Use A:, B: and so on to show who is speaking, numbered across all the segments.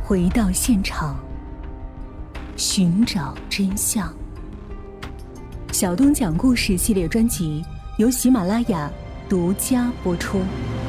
A: 回到现场，寻找真相。小东讲故事系列专辑由喜马拉雅独家播出。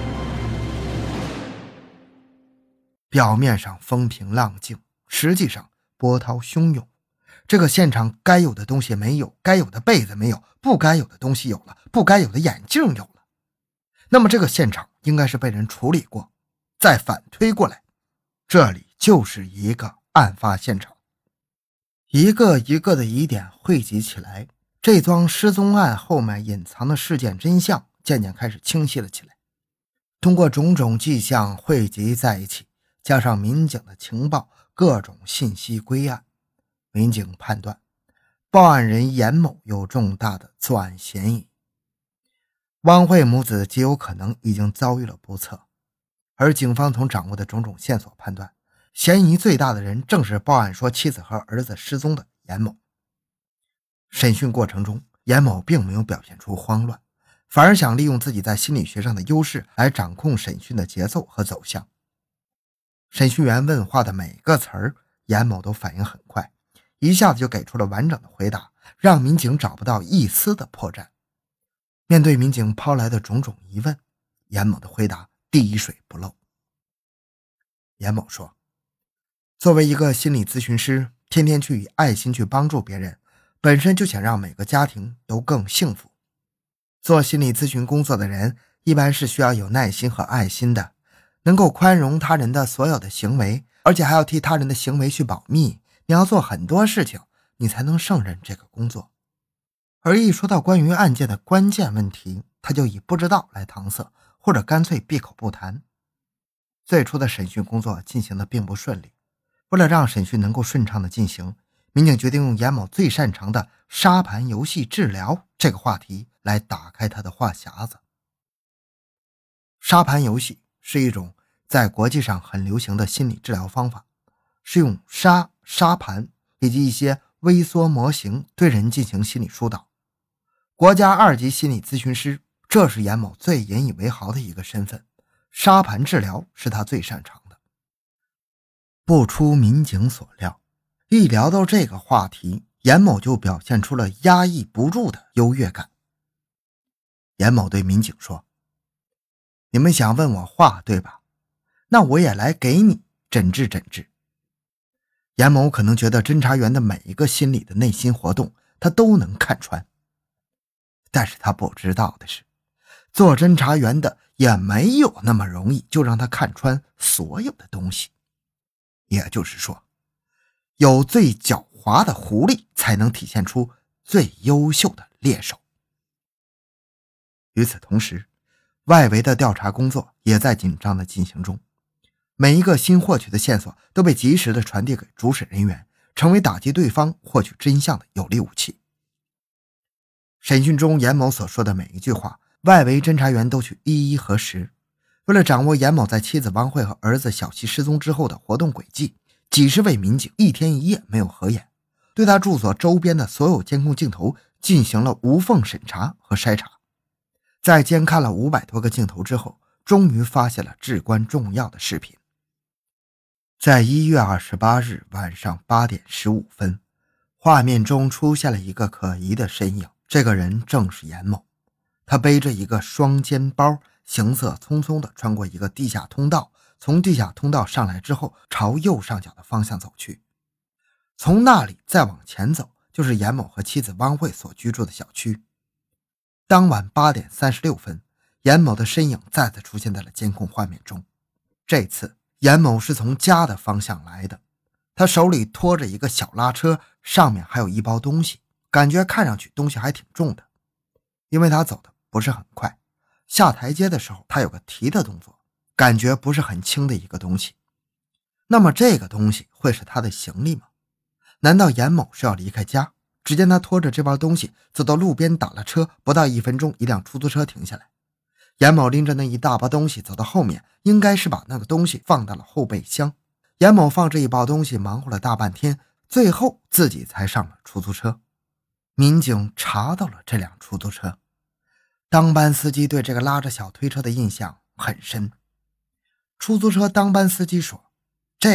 B: 表面上风平浪静，实际上波涛汹涌。这个现场该有的东西没有，该有的被子没有，不该有的东西有了，不该有的眼镜有了。那么这个现场应该是被人处理过，再反推过来，这里就是一个案发现场。一个一个的疑点汇集起来，这桩失踪案后面隐藏的事件真相渐渐开始清晰了起来。通过种种迹象汇集在一起，加上民警的情报，各种信息归案，民警判断报案人严某有重大的作案嫌疑。汪慧母子极有可能已经遭遇了不测，而警方从掌握的种种线索判断，嫌疑最大的人正是报案说妻子和儿子失踪的严某。审讯过程中，严某并没有表现出慌乱，反而想利用自己在心理学上的优势来掌控审讯的节奏和走向。审讯员问话的每个词儿，严某都反应很快，一下子就给出了完整的回答，让民警找不到一丝的破绽。面对民警抛来的种种疑问，严某的回答滴水不漏。严某说，作为一个心理咨询师，天天去以爱心去帮助别人，本身就想让每个家庭都更幸福。做心理咨询工作的人一般是需要有耐心和爱心的，能够宽容他人的所有的行为，而且还要替他人的行为去保密。你要做很多事情，你才能胜任这个工作。而一说到关于案件的关键问题，他就以不知道来搪塞，或者干脆闭口不谈。最初的审讯工作进行的并不顺利，为了让审讯能够顺畅的进行，民警决定用严某最擅长的沙盘游戏治疗这个话题来打开他的话匣子。沙盘游戏是一种在国际上很流行的心理治疗方法，是用沙盘以及一些微缩模型对人进行心理疏导。国家2级心理咨询师，这是严某最引以为豪的一个身份，沙盘治疗是他最擅长的。不出民警所料，一聊到这个话题，严某就表现出了压抑不住的优越感。严某对民警说，你们想问我话对吧？那我也来给你诊治诊治。严某可能觉得侦查员的每一个心理的内心活动他都能看穿，但是他不知道的是，做侦查员的也没有那么容易就让他看穿所有的东西。也就是说，有最狡猾的狐狸才能体现出最优秀的猎手。与此同时，外围的调查工作也在紧张的进行中，每一个新获取的线索都被及时的传递给主审人员，成为打击对方获取真相的有力武器。审讯中严某所说的每一句话，外围侦查员都去一一核实。为了掌握严某在妻子汪慧和儿子小七失踪之后的活动轨迹，几十位民警一天一夜没有合眼，对他住所周边的所有监控镜头进行了无缝审查和筛查。在监看了500多个镜头之后，终于发现了至关重要的视频。在1月28日晚上8点15分，画面中出现了一个可疑的身影，这个人正是严某。他背着一个双肩包，行色匆匆地穿过一个地下通道，从地下通道上来之后，朝右上角的方向走去。从那里再往前走，就是严某和妻子汪慧所居住的小区。当晚8点36分，严某的身影再次出现在了监控画面中。这次严某是从家的方向来的，他手里拖着一个小拉车，上面还有一包东西，感觉看上去东西还挺重的。因为他走的不是很快，下台阶的时候他有个提的动作，感觉不是很轻的一个东西。那么这个东西会是他的行李吗？难道严某是要离开家？只见他拖着这包东西走到路边打了车，不到1分钟，一辆出租车停下来。严某拎着那一大包东西走到后面，应该是把那个东西放到了后备箱。严某放这一包东西忙活了大半天，最后自己才上了出租车。民警查到了这辆出租车，当班司机对这个拉着小推车的印象很深。出租车当班司机说，这个人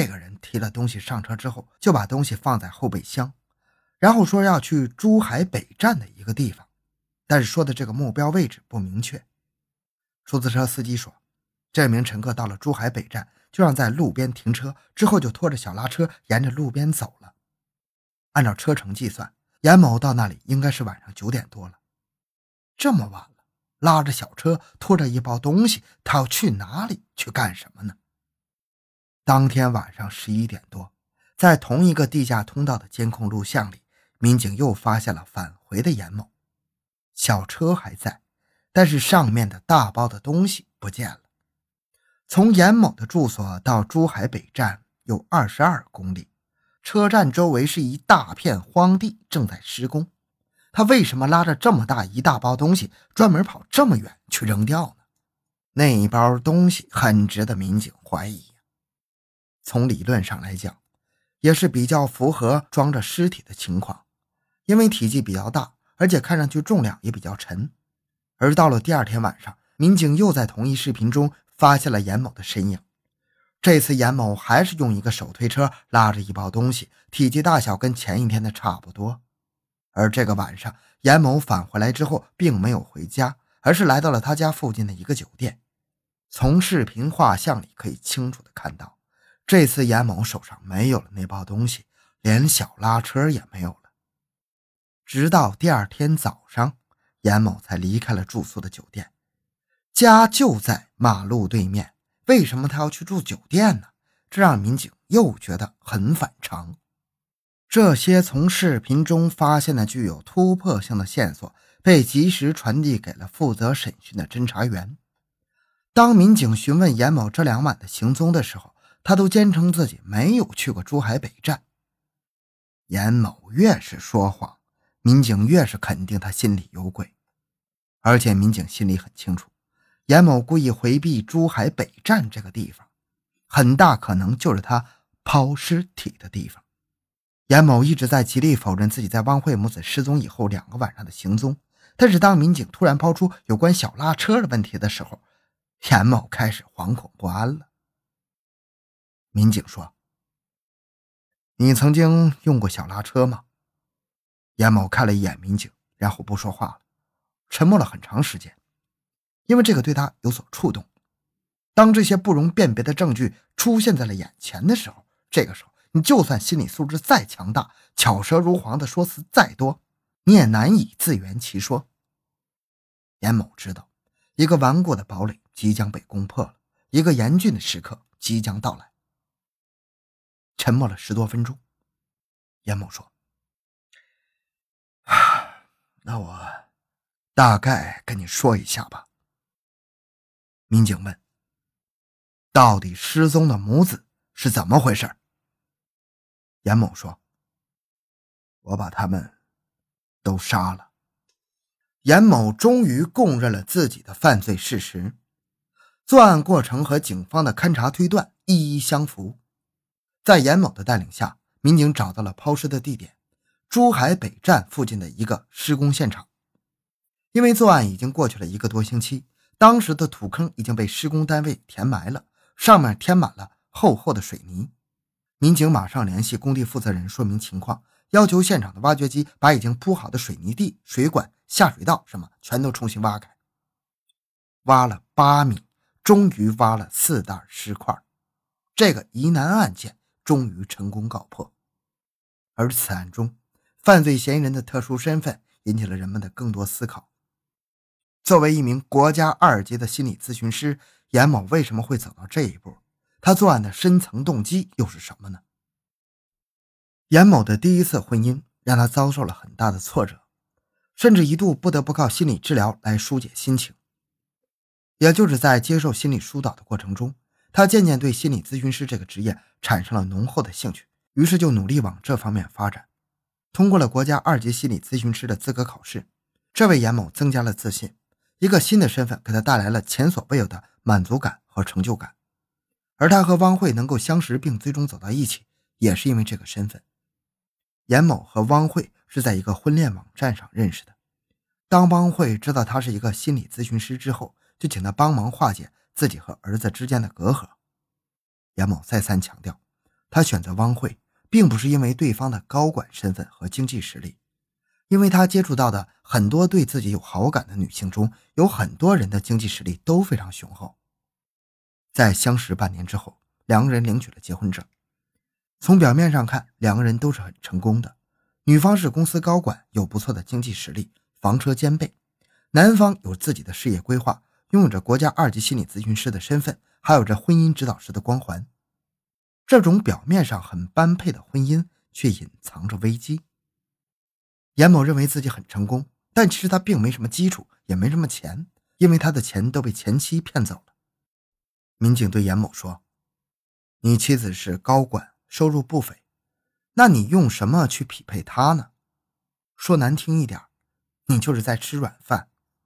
B: 提了东西上车之后，就把东西放在后备箱，然后说要去珠海北站的一个地方，但是说的这个目标位置不明确。出租车司机说，这名乘客到了珠海北站，就让在路边停车，之后就拖着小拉车沿着路边走了。按照车程计算，严某到那里应该是晚上9点多了。这么晚了，拉着小车拖着一包东西，他要去哪里，去干什么呢？当天晚上11点多，在同一个地下通道的监控录像里，民警又发现了返回的严某。小车还在，但是上面的大包的东西不见了。从严某的住所到珠海北站有22公里，车站周围是一大片荒地，正在施工。他为什么拉着这么大一大包东西，专门跑这么远去扔掉呢？那一包东西很值得民警怀疑。从理论上来讲，也是比较符合装着尸体的情况，因为体积比较大，而且看上去重量也比较沉。而到了第二天晚上，民警又在同一视频中发现了严某的身影。这次严某还是用一个手推车拉着一包东西，体积大小跟前一天的差不多。而这个晚上，严某返回来之后并没有回家，而是来到了他家附近的一个酒店。从视频画像里可以清楚地看到，这次严某手上没有了那包东西，连小拉车也没有了。直到第二天早上，严某才离开了住宿的酒店。家就在马路对面，为什么他要去住酒店呢？这让民警又觉得很反常。这些从视频中发现的具有突破性的线索被及时传递给了负责审讯的侦查员。当民警询问严某这2晚的行踪的时候，他都坚称自己没有去过珠海北站。严某越是说谎，民警越是肯定他心里有鬼。而且民警心里很清楚，严某故意回避珠海北站这个地方，很大可能就是他抛尸体的地方。严某一直在极力否认自己在汪慧母子失踪以后2个晚上的行踪，但是当民警突然抛出有关小拉车的问题的时候，严某开始惶恐不安了。民警说，你曾经用过小拉车吗？严某看了一眼民警，然后不说话了，沉默了很长时间，因为这个对他有所触动。当这些不容辨别的证据出现在了眼前的时候，这个时候你就算心理素质再强大，巧舌如簧的说辞再多，你也难以自圆其说。严某知道，一个顽固的堡垒即将被攻破了，一个严峻的时刻即将到来。沉默了10多分钟，严某说，那我大概跟你说一下吧。民警问，到底失踪的母子是怎么回事？严某说，我把他们都杀了。严某终于供认了自己的犯罪事实，作案过程和警方的勘查推断一一相符。在严某的带领下，民警找到了抛尸的地点，珠海北站附近的一个施工现场。因为作案已经过去了1个多星期，当时的土坑已经被施工单位填埋了，上面填满了厚厚的水泥。民警马上联系工地负责人说明情况，要求现场的挖掘机把已经铺好的水泥地、水管、下水道什么全都重新挖开。挖了8米，终于挖了4袋尸块。这个疑难案件终于成功告破。而此案中，犯罪嫌疑人的特殊身份引起了人们的更多思考。作为一名国家2级的心理咨询师，严某为什么会走到这一步？他作案的深层动机又是什么呢？严某的第一次婚姻让他遭受了很大的挫折，甚至一度不得不靠心理治疗来疏解心情。也就是在接受心理疏导的过程中，他渐渐对心理咨询师这个职业产生了浓厚的兴趣，于是就努力往这方面发展。通过了国家2级心理咨询师的资格考试，这为严某增加了自信，一个新的身份给他带来了前所未有的满足感和成就感。而他和汪慧能够相识并最终走到一起，也是因为这个身份。严某和汪慧是在一个婚恋网站上认识的。当汪慧知道他是一个心理咨询师之后，就请他帮忙化解自己和儿子之间的隔阂。严某再三强调， 他选择汪慧，并不是因为对方的高管身份和经济实力，因为他接触到的很多对自己有好感的女性中，有很多人的经济实力都非常雄厚。在相识半年之后，两个人领取了结婚证。从表面上看，两个人都是很成功的，女方是公司高管，有不错的经济实力，房车兼备；男方有自己的事业规划，拥有着国家2级心理咨询师的身份，还有着婚姻指导师的光环。这种表面上很般配的婚姻，却隐藏着危机。严某认为自己很成功，但其实他并没什么基础，也没什么钱，因为他的钱都被前妻骗走了。民警对严某说：“你妻子是高管，收入不菲，那你用什么去匹配她呢？说难听一点，你就是在吃软饭。”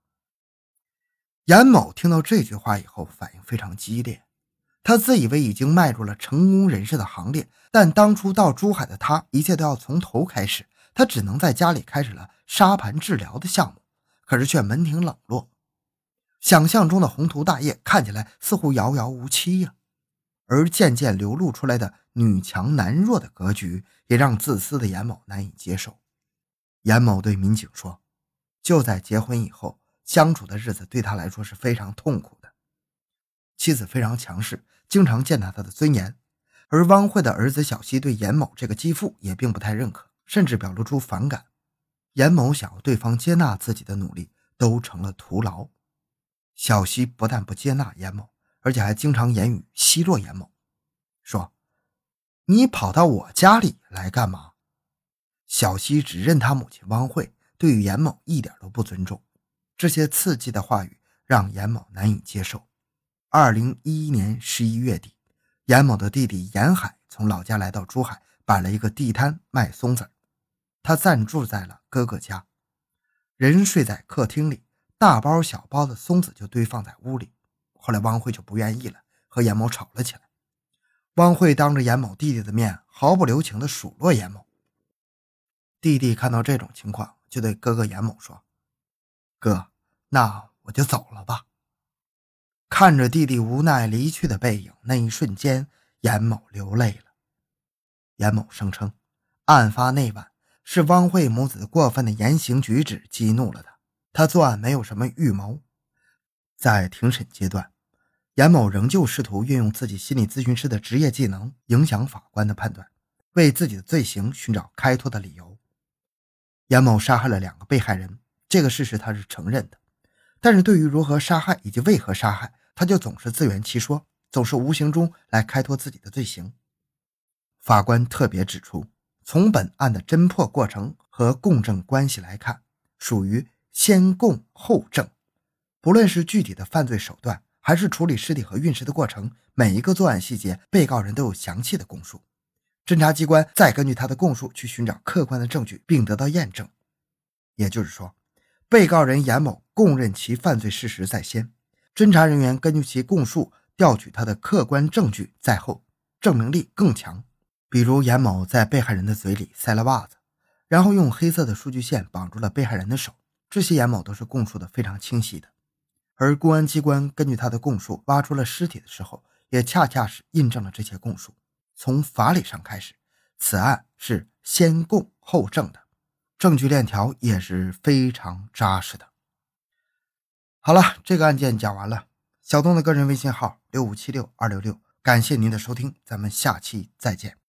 B: 严某听到这句话以后，反应非常激烈。他自以为已经迈入了成功人士的行列，但当初到珠海的他，一切都要从头开始。他只能在家里开始了沙盘治疗的项目，可是却门庭冷落。想象中的宏图大业看起来似乎遥遥无期呀。而渐渐流露出来的女强男弱的格局，也让自私的严某难以接受。严某对民警说，就在结婚以后，相处的日子对他来说是非常痛苦的。妻子非常强势，经常践踏他的尊严，而汪慧的儿子小西对严某这个继父也并不太认可，甚至表露出反感。严某想要对方接纳自己的努力都成了徒劳。小西不但不接纳严某，而且还经常言语奚落严某，说：“你跑到我家里来干嘛？”小西只认他母亲汪慧，对于严某一点都不尊重。这些刺激的话语让严某难以接受。2011年11月底，严某的弟弟严海从老家来到珠海，摆了一个地摊卖松子。他暂住在了哥哥家，人睡在客厅里，大包小包的松子就堆放在屋里。后来汪慧就不愿意了，和严某吵了起来。汪慧当着严某弟弟的面毫不留情地数落严某。弟弟看到这种情况，就对哥哥严某说：“哥，那我就走了吧。”看着弟弟无奈离去的背影，那一瞬间严某流泪了。严某声称，案发那晚是汪慧母子过分的言行举止激怒了他，他作案没有什么预谋。在庭审阶段，严某仍旧试图运用自己心理咨询师的职业技能影响法官的判断，为自己的罪行寻找开脱的理由。严某杀害了2个被害人，这个事实他是承认的，但是对于如何杀害以及为何杀害，他就总是自圆其说，总是无形中来开脱自己的罪行。法官特别指出，从本案的侦破过程和供证关系来看，属于先供后证。不论是具体的犯罪手段，还是处理尸体和运尸的过程，每一个作案细节，被告人都有详细的供述。侦查机关再根据他的供述去寻找客观的证据，并得到验证。也就是说，被告人严某供认其犯罪事实在先，侦查人员根据其供述调取他的客观证据在后，证明力更强。比如严某在被害人的嘴里塞了袜子，然后用黑色的数据线绑住了被害人的手，这些严某都是供述的非常清晰的。而公安机关根据他的供述挖出了尸体的时候，也恰恰是印证了这些供述。从法理上开始，此案是先供后证的，证据链条也是非常扎实的。好了，这个案件讲完了。小东的个人微信号6576-266，感谢您的收听，咱们下期再见。